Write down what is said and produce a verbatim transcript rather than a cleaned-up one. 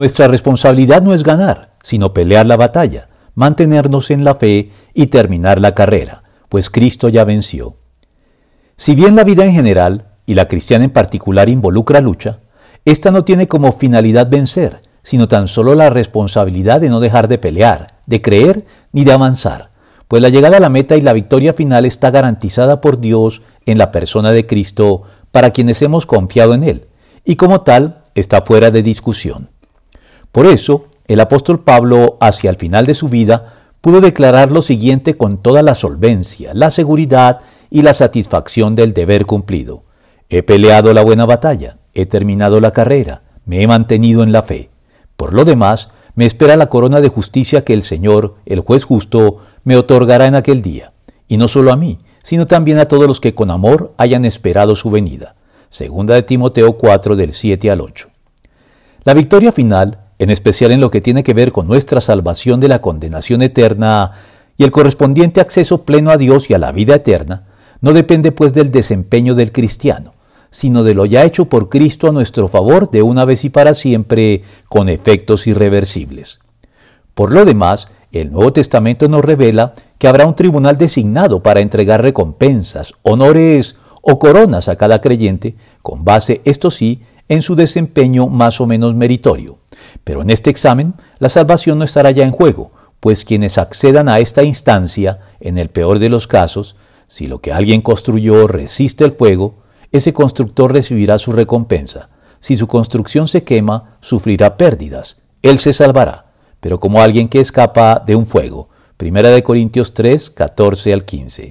Nuestra responsabilidad no es ganar, sino pelear la batalla, mantenernos en la fe y terminar la carrera, pues Cristo ya venció. Si bien la vida en general, y la cristiana en particular, involucra lucha, esta no tiene como finalidad vencer, sino tan solo la responsabilidad de no dejar de pelear, de creer ni de avanzar, pues la llegada a la meta y la victoria final está garantizada por Dios en la persona de Cristo para quienes hemos confiado en Él, y como tal está fuera de discusión. Por eso, el apóstol Pablo, hacia el final de su vida, pudo declarar lo siguiente con toda la solvencia, la seguridad y la satisfacción del deber cumplido. He peleado la buena batalla, he terminado la carrera, me he mantenido en la fe. Por lo demás, me espera la corona de justicia que el Señor, el juez justo, me otorgará en aquel día. Y no solo a mí, sino también a todos los que con amor hayan esperado su venida. Segunda de Timoteo cuatro, del siete al ocho. La victoria final, en especial en lo que tiene que ver con nuestra salvación de la condenación eterna y el correspondiente acceso pleno a Dios y a la vida eterna, no depende pues del desempeño del cristiano, sino de lo ya hecho por Cristo a nuestro favor de una vez y para siempre, con efectos irreversibles. Por lo demás, el Nuevo Testamento nos revela que habrá un tribunal designado para entregar recompensas, honores o coronas a cada creyente, con base, esto sí, en su desempeño más o menos meritorio. Pero en este examen, la salvación no estará ya en juego, pues quienes accedan a esta instancia, en el peor de los casos, si lo que alguien construyó resiste el fuego, ese constructor recibirá su recompensa. Si su construcción se quema, sufrirá pérdidas. Él se salvará, pero como alguien que escapa de un fuego. Primera de Corintios tres, catorce al quince.